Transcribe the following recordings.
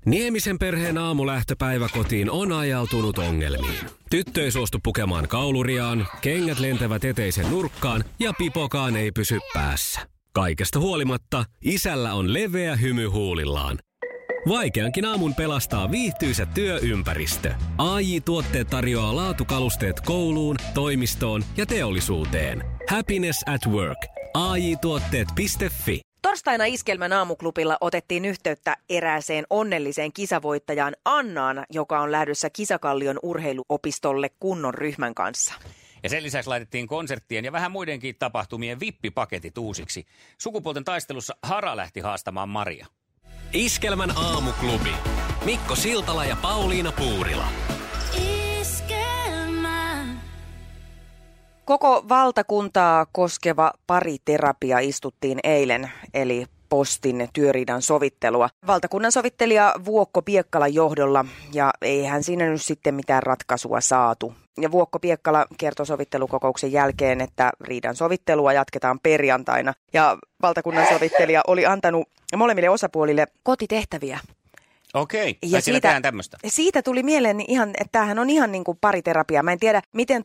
Niemisen perheen aamulähtöpäivä kotiin on ajautunut ongelmiin. Tyttö ei suostu pukemaan kauluriaan, kengät lentävät eteisen nurkkaan ja pipokaan ei pysy päässä. Kaikesta huolimatta, isällä on leveä hymy huulillaan. Vaikeankin aamun pelastaa viihtyisä työympäristö. AJ-tuotteet tarjoaa laatukalusteet kouluun, toimistoon ja teollisuuteen. Happiness at work. AJ-tuotteet.fi. Torstaina Iskelmän aamuklubilla otettiin yhteyttä erääseen onnelliseen kisavoittajaan Annaan, joka on lähdössä Kisakallion urheiluopistolle kunnon ryhmän kanssa. Ja sen lisäksi laitettiin konserttien ja vähän muidenkin tapahtumien vippipaketit uusiksi. Sukupuolten taistelussa Hara lähti haastamaan Maria. Iskelmän aamuklubi. Mikko Siltala ja Pauliina Puurila. Koko valtakuntaa koskeva pariterapia istuttiin eilen, eli Postin työriidan sovittelua. Valtakunnan sovittelija Vuokko Piekkalan johdolla, ja eihän siinä nyt sitten mitään ratkaisua saatu. Ja Vuokko Piekkala kertoi sovittelukokouksen jälkeen, että riidan sovittelua jatketaan perjantaina. Ja valtakunnan sovittelija oli antanut molemmille osapuolille kotitehtäviä. Okei, ja siellä tehdään tämmöistä. Siitä tuli mieleen ihan, että tämähän on ihan niin kuin pariterapia. Mä en tiedä,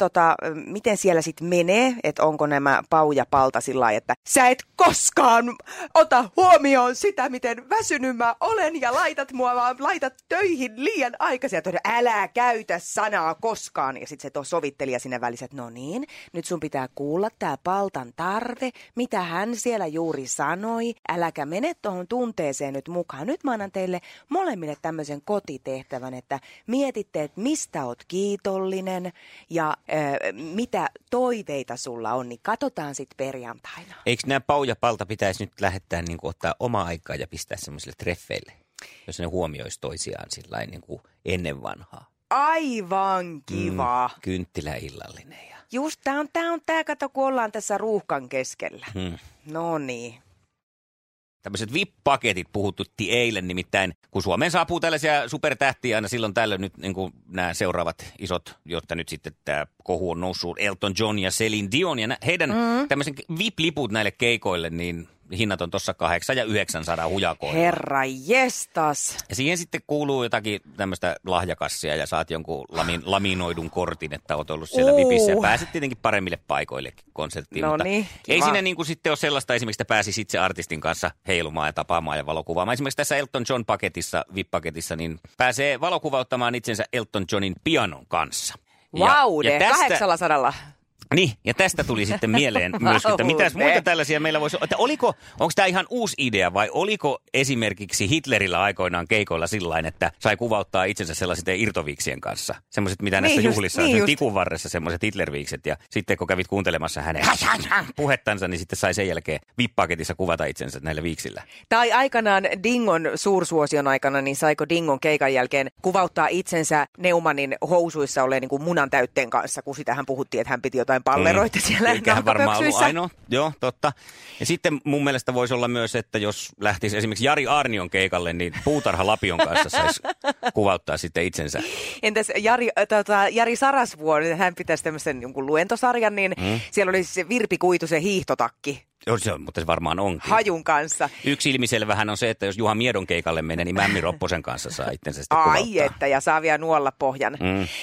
miten siellä sitten menee, että onko nämä pau ja palta sillä lailla, että sä et koskaan ota huomioon sitä, miten väsynyt mä olen ja laitat mua vaan, laitat töihin liian aikaisin. Ja älä käytä sanaa koskaan. Ja sitten se sovittelija sinne välissä, että no niin, nyt sun pitää kuulla tää paltan tarve, mitä hän siellä juuri sanoi. Äläkä mene tuohon tunteeseen nyt mukaan. Nyt mä annan teille molemmille tämmöisen kotitehtävän, että mietitte, että mistä oot kiitollinen ja mitä toiveita sulla on, niin katsotaan sitten perjantaina. Eikö nämä pau ja palta pitäisi nyt lähettää niin kuin ottaa omaa aikaa ja pistää semmoisille treffeille, jos ne huomioisi toisiaan sillain niin kuin ennen vanhaa? Aivan kiva. Kynttiläillallinen. Ja... Just tää kato, kun ollaan tässä ruuhkan keskellä. No niin. Tämmöiset VIP-paketit puhututti eilen, nimittäin kun Suomeen saapuu tällaisia supertähtiä aina silloin tällöin nyt niin kuin nämä seuraavat isot, jotta nyt sitten tämä kohu on noussut Elton John ja Celine Dion ja heidän tämmöisen VIP-liput näille keikoille, niin hinnat on tuossa 800 ja 900 hujakoilla. Herra jestas. Ja siihen sitten kuuluu jotakin tämmöistä lahjakassia ja saat jonkun laminoidun kortin, että oot ollut siellä VIPissä ja pääset tietenkin paremmille paikoille konserttiin. No mutta niin, ei siinä niin kuin sitten ole sellaista esimerkiksi, että pääsis itse artistin kanssa heilumaan ja tapaamaan ja valokuvaamaan. Esimerkiksi tässä Elton John paketissa, VIP-paketissa, niin pääsee valokuvauttamaan itsensä Elton Johnin pianon kanssa. Vau, 800. Niin, ja tästä tuli sitten mieleen myös, että mitäs muita tällaisia meillä voisi olla. Onko tämä ihan uusi idea vai oliko esimerkiksi Hitlerillä aikoinaan keikoilla sillain, että sai kuvauttaa itsensä sellaisten irtoviiksien kanssa? Semmoiset, mitä näissä juhlissa on, tikun varressa semmoiset Hitlerviikset. Ja sitten kun kävit kuuntelemassa hänen puhettansa, niin sitten sai sen jälkeen VIP-paketissa kuvata itsensä näillä viiksillä. Tai aikanaan Dingon suursuosion aikana, niin saiko Dingon keikan jälkeen kuvauttaa itsensä Neumannin housuissa olleen niin kuin munan täytteen kanssa, kun sitähän puhuttiin, että hän piti jotain palleroita siellä nahkapöksyissä. Varmaan ollut ainoa. Joo, totta. Ja sitten mun mielestä voisi olla myös, että jos lähtisi esimerkiksi Jari Aarnion keikalle, niin Puutarha Lapion kanssa saisi kuvauttaa sitten itsensä. Entäs Jari Sarasvuo, hän pitäisi tämmöisen jonkun luentosarjan, niin siellä oli se Virpi Kuitusen hiihtotakki. Joo, se on, mutta se varmaan onkin. Hajun kanssa. Yksi ilmiselvähän on se, että jos Juha Miedon keikalle menee, niin Mämmi Ropposen kanssa saa itsensä sitten kuvauttaa. Ai että, ja saa vielä nuolla pohjan.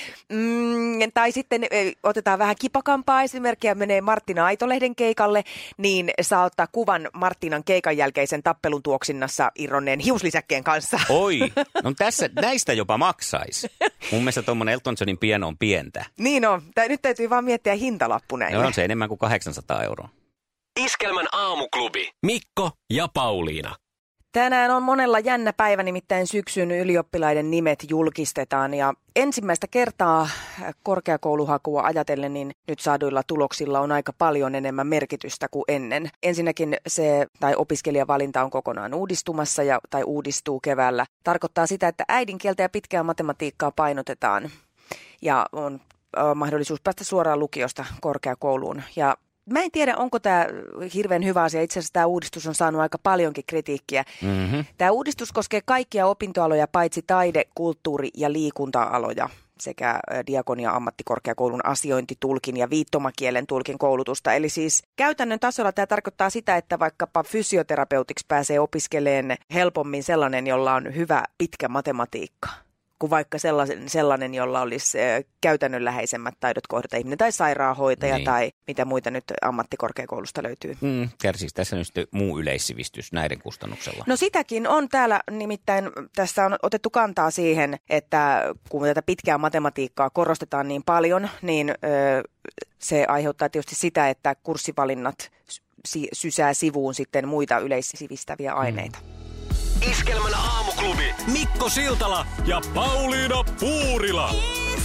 Tai sitten otetaan vähän kipakampaa esimerkkiä, menee Martina Aitolehden keikalle, niin saa ottaa kuvan Martinan keikan jälkeisen tappelun tuoksinnassa irronneen hiuslisäkkeen kanssa. Oi, no näistä jopa maksaisi. Mun mielestä tuommoinen Elton Johnin piano on pientä. Niin on. Nyt täytyy vaan miettiä hintalappu näille. No on se enemmän kuin 800 €. Iskelmän aamuklubi. Mikko ja Pauliina. Tänään on monella jännä päivä, nimittäin syksyn ylioppilaiden nimet julkistetaan ja ensimmäistä kertaa korkeakouluhakua ajatellen, niin nyt saaduilla tuloksilla on aika paljon enemmän merkitystä kuin ennen. Ensinnäkin opiskelijavalinta on kokonaan uudistumassa tai uudistuu keväällä. Tarkoittaa sitä, että äidinkieltä ja pitkää matematiikkaa painotetaan ja on mahdollisuus päästä suoraan lukiosta korkeakouluun ja mä en tiedä, onko tämä hirveän hyvä asia. Itse asiassa tämä uudistus on saanut aika paljonkin kritiikkiä. Tämä uudistus koskee kaikkia opintoaloja paitsi taide-, kulttuuri- ja liikunta-aloja. sekä Diakonia-ammattikorkeakoulun asiointitulkin ja viittomakielen tulkin koulutusta. Eli siis käytännön tasolla tämä tarkoittaa sitä, että vaikkapa fysioterapeutiksi pääsee opiskelemaan helpommin sellainen, jolla on hyvä pitkä matematiikka, kuin vaikka sellainen, jolla olisi käytännönläheisemmät taidot kohdata ihminen tai sairaanhoitaja tai mitä muita nyt ammattikorkeakoulusta löytyy. Kärsiikö tässä nyt muu yleissivistys näiden kustannuksella? No sitäkin on täällä, nimittäin tässä on otettu kantaa siihen, että kun tätä pitkää matematiikkaa korostetaan niin paljon, niin se aiheuttaa tietysti sitä, että kurssivalinnat sysää sivuun sitten muita yleissivistäviä aineita. Iskelmän aamuklubi Mikko Siltala ja Pauliina Puurila.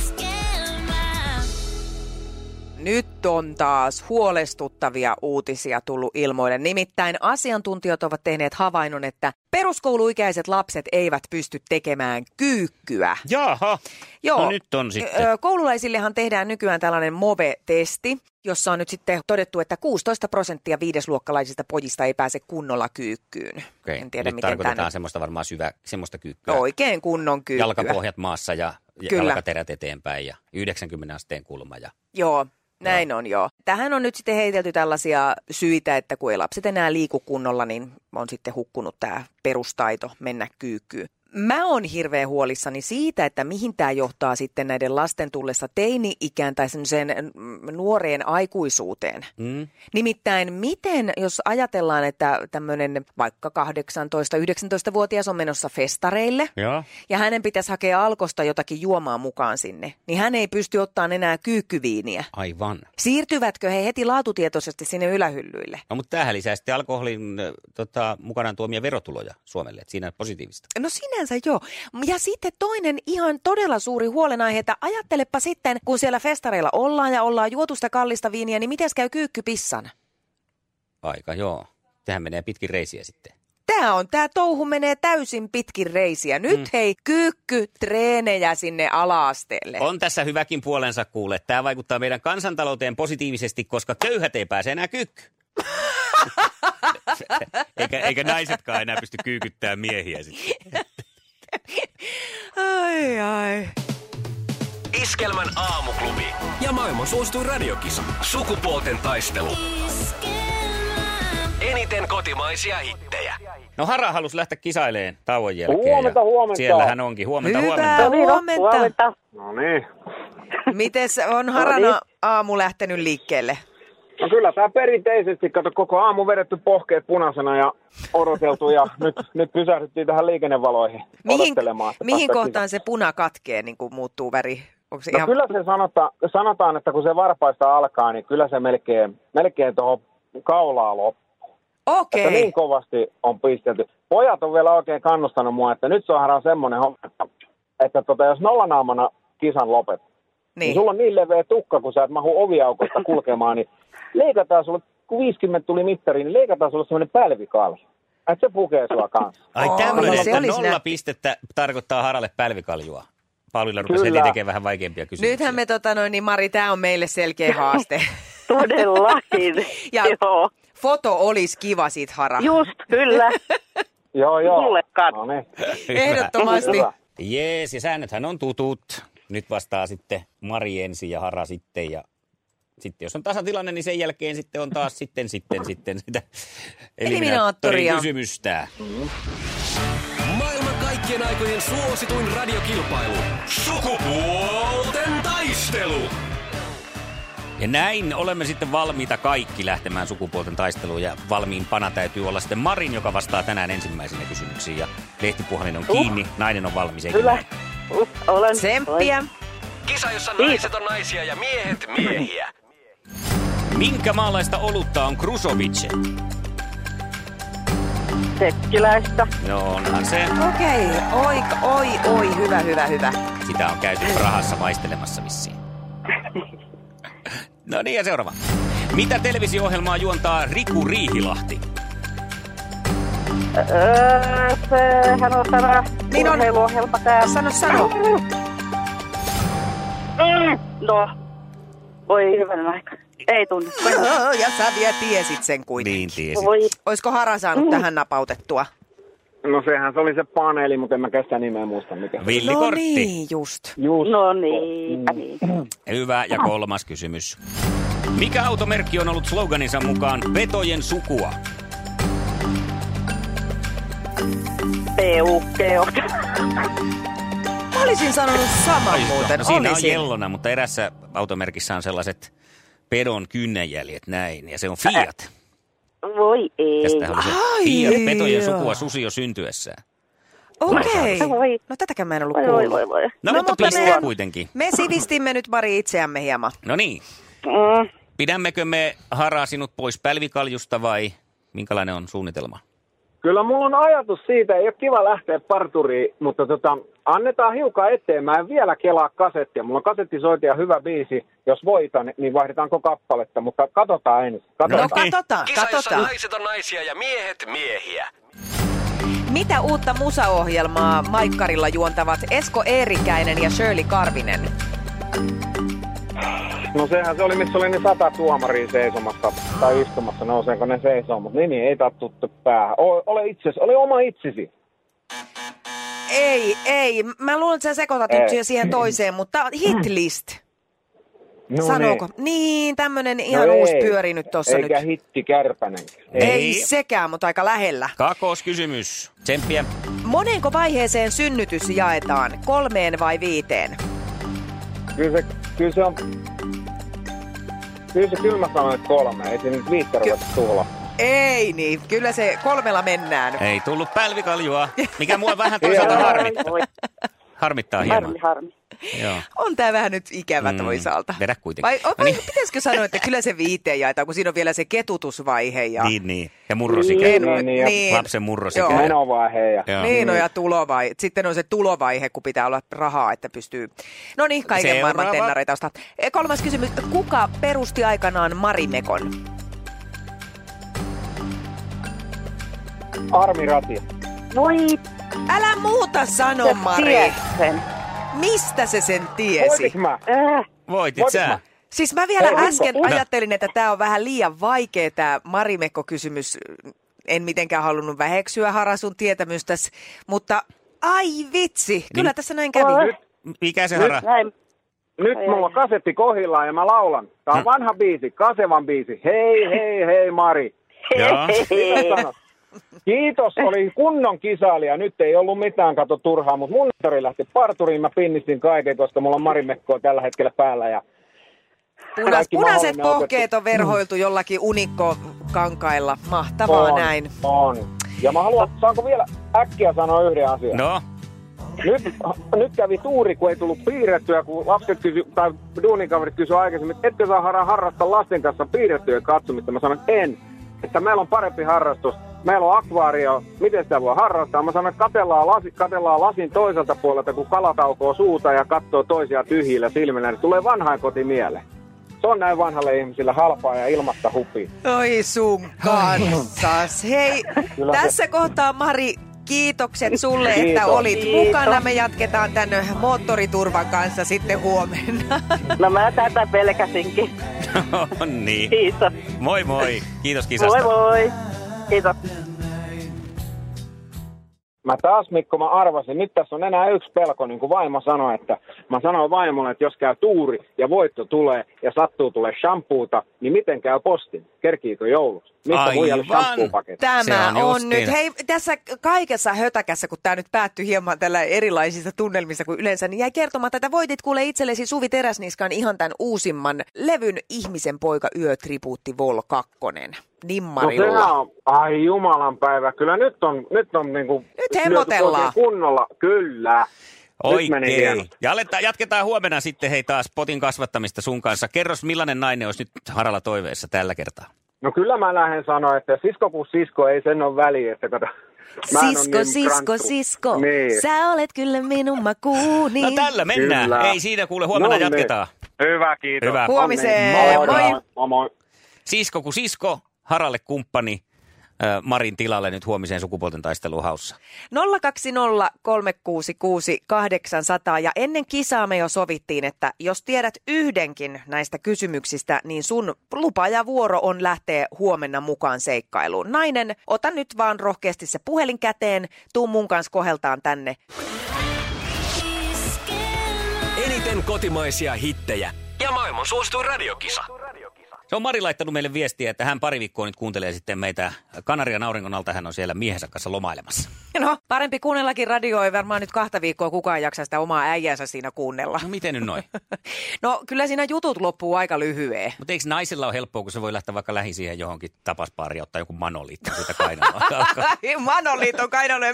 Nyt on taas huolestuttavia uutisia tullut ilmoille. Nimittäin asiantuntijat ovat tehneet havainnon, että peruskouluikäiset lapset eivät pysty tekemään kyykkyä. Jaha, Joo. No nyt on sitten. Koululaisillehan tehdään nykyään tällainen MOVE-testi, jossa on nyt sitten todettu, että 16% viidesluokkalaisista pojista ei pääse kunnolla kyykkyyn. Okei. En tiedä, Nyt miten tarkoitetaan semmoista varmaan semmoista kyykkyä. Oikein kunnon kyykkyä. Jalkapohjat maassa ja jalkaterät eteenpäin ja 90 asteen kulma. Joo. Näin on, joo. Tähän on nyt sitten heitelty tällaisia syitä, että kun ei lapset enää liiku kunnolla, niin on sitten hukkunut tämä perustaito mennä kyykkyyn. Mä oon hirveän huolissani siitä, että mihin tämä johtaa sitten näiden lasten tullessa teini-ikään tai semmoiseen nuoreen aikuisuuteen. Nimittäin miten, jos ajatellaan, että tämmöinen vaikka 18-19-vuotias on menossa festareille ja hänen pitäisi hakea Alkosta jotakin juomaa mukaan sinne, niin hän ei pysty ottamaan enää kyykkyviiniä. Aivan. Siirtyvätkö he heti laatutietoisesti sinne ylähyllyille? No, mutta tämähän lisää sitten alkoholin mukanaan tuomia verotuloja Suomelle, että siinä on positiivista. No sinänsä joo. Ja sitten toinen ihan todella suuri huolenaihe, että ajattelepa sitten, kun siellä festareilla ollaan ja ollaan juotu sitä kallista viiniä, niin miten käy kyykkypissan? Aika, joo. Tähän menee pitkin reisiä sitten. Tämä touhu menee täysin pitkin reisiä. Nyt hei, kyykkytreenejä sinne ala-asteelle. On tässä hyväkin puolensa kuule. Tämä vaikuttaa meidän kansantalouteen positiivisesti, koska köyhät ei pääse enää kyykkyyn. eikä naisetkaan enää pysty kyykyttämään miehiä sitten. Ai. Iskelmän aamuklubi ja maailman suosituin radiokisa. Sukupuolten taistelu. Eniten kotimaisia hittejä. No Hara halusi lähteä kisaileen tauon jälkeen. Huomenta. Siellä hän onkin. Huomenta. Huomenta. No niin. Mites on Haran aamu lähtenyt liikkeelle? No kyllä tämä perinteisesti, kato, koko aamu vedetty pohkeet punaisena ja odoteltu ja nyt pysähdyttiin tähän liikennevaloihin odottelemaan. Mihin kohtaan se puna katkee, niin kuin muuttuu väri? Onko se Kyllä se sanotaan, että kun se varpaista alkaa, niin kyllä se melkein tuohon kaulaa loppuu. Okei. Että niin kovasti on pistelty. Pojat on vielä oikein kannustanut mua, että nyt se on semmoinen homma, että jos nollanaamana kisan lopet, niin sulla on niin leveä tukka, kun sä et mahu oviaukosta kulkemaan, niin leikataan sulle, kun 50 tuli mittariin, niin leikataan sulle semmoinen pälvikalju. Että se pukee sua kanssa. Ai tämmöinen, että 0 pistettä tarkoittaa Haralle pälvikaljua. Paulilla rupesi heti tekemään vähän vaikeampia kysymyksiä. Nythän me niin Mari, tämä on meille selkeä haaste. Todellakin, ja joo. Foto olisi kiva siitä, Hara. Just, kyllä. Joo. Mullekaan. No niin. Ehdottomasti. Jees, ja säännöthän on tutut. Nyt vastaa sitten Mari ensin ja Hara sitten. Ja sitten jos on tasatilanne, niin sen jälkeen sitten on taas sitten sitä eliminaattorin kysymystä. Maailman kaikkien aikojen suosituin radiokilpailu. Sukupuolten taistelu. Ja näin olemme sitten valmiita kaikki lähtemään sukupuolten taisteluun. Ja valmiimpana täytyy olla sitten Marin, joka vastaa tänään ensimmäisenä kysymyksiin. Ja lehtipuhelin on kiinni, nainen on valmis. Kyllä, olen. Tsemppiä. Kisa, jossa naiset on naisia ja miehet miehiä. Minkä maalaista olutta on Krusovice? Tsekkiläistä. No onhan se. Okei, oi, hyvä. Sitä on käyty Prahassa maistelemassa vissiin. No niin, ja seuraava. Mitä televisio-ohjelmaa juontaa Riku Riihilahti? Sehän on tämä urheiluohjelma täällä. Sano. No, voi hyvän aika. Ei tunne. Ja sä vielä tiesit sen kuitenkin. Niin tiesit. Voi. Olisiko Hara saanut tähän napautettua? No sehän se oli se paneeli, mutta en mä sitä nimeä muista mikä. Villikortti. No niin, just. No niin. Hyvä. Ja 3. kysymys. Mikä automerkki on ollut sloganinsa mukaan petojen sukua? Peukkeot. Mä olisin sanonut saman muuten. No, siinä on Olisin. jellona, mutta erässä automerkissä on sellaiset pedon kynnenjäljet näin, ja se on Fiat. Voi ei. Tästähän oli se Fiat, petojen sukua, susi jo syntyessään. Okei. Voi. No tätäkään mä en ollut Voi. kuullut. No mutta piste kuitenkin. Me sivistimme nyt Mari itseämme hieman. No niin. Pidämmekö me Hara sinut pois pälvikaljusta vai minkälainen on suunnitelma? Kyllä mulla on ajatus siitä, ei ole kiva lähteä parturiin, mutta annetaan hiukan eteen. Mä en vielä kelaa kasettia. Mulla on kasettisoitaja hyvä biisi. Jos voitan, niin vaihdetaanko kappaletta, mutta katsotaan ensin. No katsotaan. Kisoissa naiset on naisia ja miehet miehiä. Mitä uutta musaohjelmaa Maikkarilla juontavat Esko Eerikäinen ja Shirley Karvinen? No sehän se oli, missä oli ne 100 tuomaria seisomassa tai istumassa, nouseeko ne seisoo, mutta niin ei tuttu päähän. Ole oma itsesi. Ei. Mä luulen, että sä sekoitat nyt siihen toiseen, mutta hitlist. No Sanooko? Niin, tämmönen ihan uusi pyöri nyt tossa eikä nyt. Hitti Kärpänen. Ei sekään, mutta aika lähellä. Kakkoskysymys. Tsemppiä. Moneenko vaiheeseen synnytys jaetaan? 3 vai 5? Kyllä mä sanoin, että 3. Ei se nyt 5 ruveta tuhlaa. Ei niin, kyllä se 3 mennään. Ei tullut pälvikaljua, mikä mua vähän toisaalta harmittaa. Harmittaa hieman. Harmi. Joo. On tää vähän nyt ikävä toisaalta. Vedä kuitenkin. Vai pitäisikö sanoa, että kyllä se 5 jaetaan, kun siinä on vielä se ketutusvaihe. Ja... Niin. Ja murrosikä. Niin. Lapsen murrosikä. Joo. Menovaihe. Niin, ja tulovaihe. Sitten on se tulovaihe, kun pitää olla rahaa, että pystyy... No niin, kaiken maailman tennareita ostaa. 3. kysymys. Kuka perusti aikanaan Marimekon? Armi Ratia. Voi. Älä muuta sano, Mari. Mistä se sen tiesi? Voitinko mä? Voitit sä. Siis mä vielä äsken ajattelin, että tää on vähän liian vaikea tää Marimekko-kysymys. En mitenkään halunnut väheksyä Hara sun tietämystäs, mutta ai vitsi, kyllä tässä näin kävi. Mikä se Hara? Nyt mulla on kasetti kohdillaan ja mä laulan. Tää on vanha biisi, Kasevan biisi. Hei Mari. Joo. Kiitos, oli kunnon kisailija. Nyt ei ollut mitään, kato turhaa, mutta mun tori lähti parturiin. Mä pinnistin kaiken, koska mulla on Marimekkoa tällä hetkellä päällä. Ja punaiset pohkeet on verhoiltu jollakin unikkokankailla. Mahtavaa näin. On. Ja mä haluan, saanko vielä äkkiä sanoa yhden asian? No. Nyt kävi tuuri, kun ei tullut piirrettyä, kun lapset tai duunikaverit kysyivät aikaisemmin, että etkö saa harrastaa lasten kanssa piirrettyä katsomista. Mä sanoin, että en. Että meillä on parempi harrastus. Meillä on akvaario, miten sitä voi harrastaa. Mä sanoin, että katellaan lasin toiselta puolelta, kun kalat aukoo suuta ja katsoo toisia tyhjillä silmillä, niin tulee vanhainkoti mieleen. Se on näin vanhalle ihmisille halpaa ja ilmatta hupia. Oi sun kanssas. Hei, tässä kohtaa Mari, kiitokset sulle, että olit mukana. Me jatketaan tän moottoriturvan kanssa sitten huomenna. No mä tätä pelkäsinkin. No niin. Kiitos. Moi moi. Kiitos kisasta. Moi. Kiitos. Mä taas, Mikko, mä arvasin. Nyt tässä on enää yksi pelko, niin kuin vaimo sanoi, että mä sanoin vaimolle, että jos käy tuuri ja voitto tulee ja sattuu tulee shampoota, niin miten käy postin? Kerkiikö jouluksi? Mistä muijalle shampoo-paketti? Tämä on nyt. Hei, tässä kaikessa hötäkässä, kun tämä nyt päättyi hieman tällä erilaisista tunnelmista kuin yleensä, niin jäi kertomaan, että voitit kuule itsellesi Suvi Teräsniskan ihan tämän uusimman levyn Ihmisen poika yötribuutti Vol 2. Nimmarilla. No sehän on, ai jumalan päivä, kyllä nyt on niinku... Nyt hemmotellaan. Kunnolla, kyllä. Oikein. Ja jatketaan huomenna sitten hei taas potin kasvattamista sun kanssa. Kerros millainen nainen olisi nyt Haralla toiveessa tällä kertaa? No kyllä mä lähden sanoa, että sisko kuin sisko, ei sen ole väliä, että kato. Sisko, niin. Sä olet kyllä minun makuuni. No tällä mennään. Kyllä. Ei siinä kuule, huomenna jatketaan. Hyvä, kiitos. Hyvä. Huomiseen. Moi. Moi. Sisko kuin sisko, Haralle kumppani. Marin tilalle nyt huomiseen sukupuolten taisteluun haussa? 020366800 ja ennen kisaa me jo sovittiin, että jos tiedät yhdenkin näistä kysymyksistä, niin sun lupaajavuoro on lähteä huomenna mukaan seikkailuun. Nainen, ota nyt vaan rohkeasti se puhelin käteen, tuu mun kanssa koheltaan tänne. Eniten kotimaisia hittejä ja maailman suosituin radiokisa. Se on Mari laittanut meille viestiä, että hän pari viikkoa nyt kuuntelee sitten meitä Kanarian auringon alta. Hän on siellä miehensä kanssa lomailemassa. No, parempi kuunnellakin radioa, ei varmaan nyt 2 viikkoa kukaan jaksa sitä omaa äijänsä siinä kuunnella. No miten nyt noin? No kyllä siinä jutut loppuu aika lyhyen. Mutta eikö naisilla ole helppoa, kun se voi lähteä vaikka lähi siihen johonkin tapasbaariin ja ottaa joku manoliitto siitä kainaloa? Manoliiton kainaloa.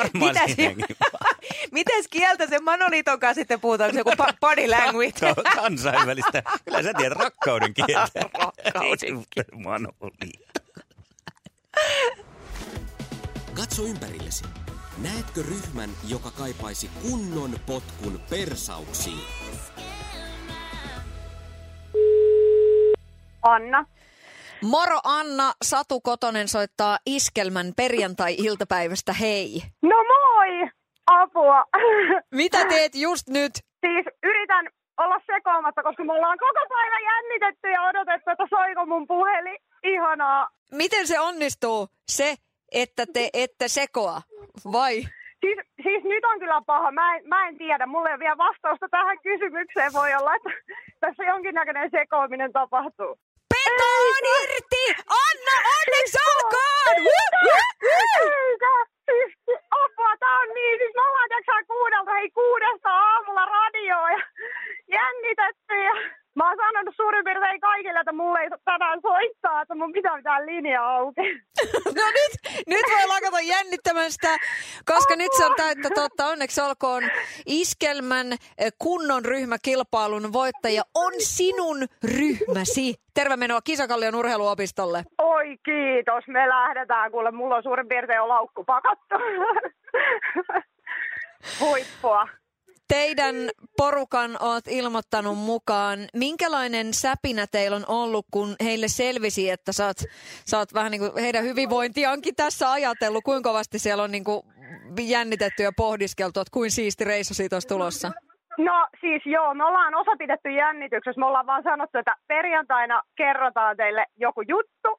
Miten kieltä sen manoliiton kanssa sitten puhutaan? Onko se joku body language? Kansainvälistä. Kyllä sä tiedät rakkauden kieltä. Katso ympärillesi. Näetkö ryhmän, joka kaipaisi kunnon potkun persauksiin? Anna. Moro Anna, Satu Kotonen soittaa Iskelmän perjantai-iltapäivästä, hei. No moi! Apua. Mitä teet just nyt? Siis yritän olla sekoamatta, koska me ollaan koko päivän jännitetty ja odotettu, että soiko mun puhelin. Ihanaa. Miten se onnistuu, se, että te ette sekoa, vai? Siis nyt on kyllä paha. Mä en tiedä. Mulla ei ole vielä vastausta tähän kysymykseen. Voi olla, että tässä jonkinnäköinen sekoaminen tapahtuu. Petoon irti! Anna, onneksi olkoon! Siis apua, tää on niin. Siis me ollaan 6 aamulla radioa ja jännitetty. Ja mä oon sanonut suurin piirtein kaikille, että mulle ei tänään soittaa, että mun pitää pitää linjaa auki. No nyt voi lakata jännittämään sitä, koska nyt se on täyttä totta. Onneksi olkoon Iskelmän kunnon ryhmäkilpailun voittaja on sinun ryhmäsi. Terve menoa Kisakallion urheiluopistolle. Oi kiitos, me lähdetään. Kuule, mulla on suurin piirtein jo laukku pakattu. Huippua. Teidän porukan oot ilmoittanut mukaan. Minkälainen säpinä teillä on ollut, kun heille selvisi, että sä oot vähän niin kuin heidän hyvinvointiaankin tässä ajatellut? Kuinka kovasti siellä on niin kuin jännitetty ja pohdiskeltu, että kuin siisti reissu siitä olisi tulossa? No siis joo, me ollaan osa pidetty jännityksessä. Me ollaan vaan sanottu, että perjantaina kerrotaan teille joku juttu.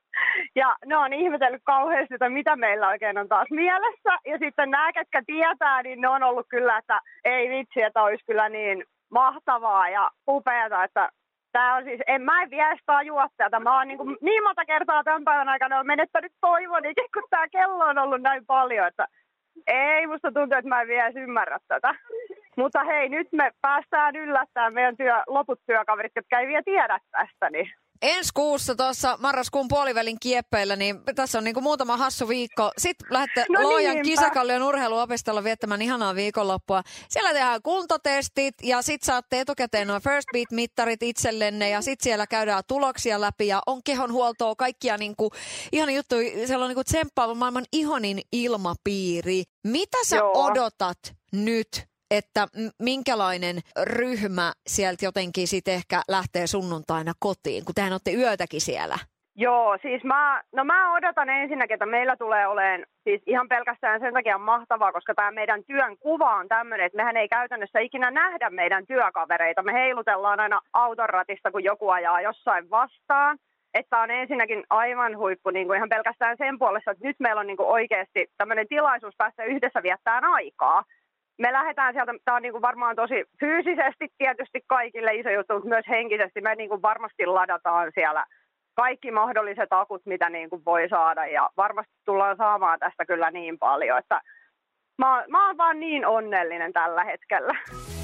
Ja ne on ihmetellyt kauheasti, että mitä meillä oikein on taas mielessä. Ja sitten nämä, ketkä tietää, niin ne on ollut kyllä, että ei vitsi, että olisi kyllä niin mahtavaa ja upeata, että tämä on siis, mä en vielä tajua tätä. Mä oon niin monta kertaa tämän päivän aikana on menettänyt toivonikin, kun tämä kello on ollut näin paljon, että ei musta tuntuu, että mä en vielä ymmärrä tätä. Mutta hei, nyt me päästään yllättämään meidän loput työkaverit, jotka ei vielä tiedä tästä, niin ensi kuussa tuossa marraskuun puolivälin kieppeillä, niin tässä on niin kuin muutama hassu viikko. Sitten lähdette Lohjan Kisakallion urheiluopistolla viettämään ihanaa viikonloppua. Siellä tehdään kuntotestit ja sitten saatte etukäteen nuo First Beat-mittarit itsellenne ja sitten siellä käydään tuloksia läpi ja on kehonhuoltoa, kaikkia niin kuin ihana juttuja. Siellä on niin kuin tsemppaava maailman ihanin ilmapiiri. Mitä sä odotat nyt? Että minkälainen ryhmä sieltä jotenkin sitten ehkä lähtee sunnuntaina kotiin, kun tehän olette yötäkin siellä? Joo, siis mä odotan ensinnäkin, että meillä tulee olemaan siis ihan pelkästään sen takia mahtavaa, koska tämä meidän työn kuva on tämmöinen, että mehän ei käytännössä ikinä nähdä meidän työkavereita. Me heilutellaan aina autonratista, kun joku ajaa jossain vastaan. Että on ensinnäkin aivan huippu niin kuin ihan pelkästään sen puolesta, että nyt meillä on niin kuin oikeasti tämmöinen tilaisuus päästä yhdessä viettämään aikaa. Me lähdetään sieltä, tämä on niin kuin varmaan tosi fyysisesti tietysti kaikille iso juttu, mutta myös henkisesti me niin kuin varmasti ladataan siellä kaikki mahdolliset akut, mitä niin kuin voi saada ja varmasti tullaan saamaan tästä kyllä niin paljon, että mä oon vaan niin onnellinen tällä hetkellä.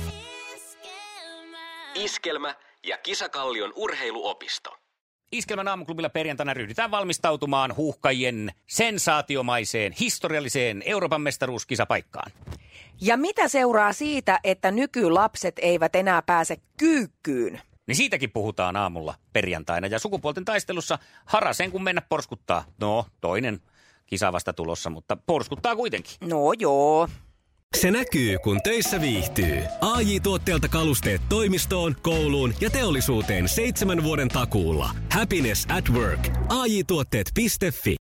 Iskelmä ja Kisakallion urheiluopisto. Iskelmän aamuklubilla perjantaina ryhdytään valmistautumaan huuhkajien sensaatiomaiseen, historialliseen Euroopan mestaruuskisapaikkaan. Ja mitä seuraa siitä, että nykylapset eivät enää pääse kyykkyyn? Niin siitäkin puhutaan aamulla perjantaina ja sukupuolten taistelussa harasen kun mennä porskuttaa. No, toinen kisa vasta tulossa, mutta porskuttaa kuitenkin. No joo. Se näkyy, kun töissä viihtyy. AJ-tuotteelta kalusteet toimistoon, kouluun ja teollisuuteen 7 vuoden takuulla. Happiness at work. AJ-tuotteet.fi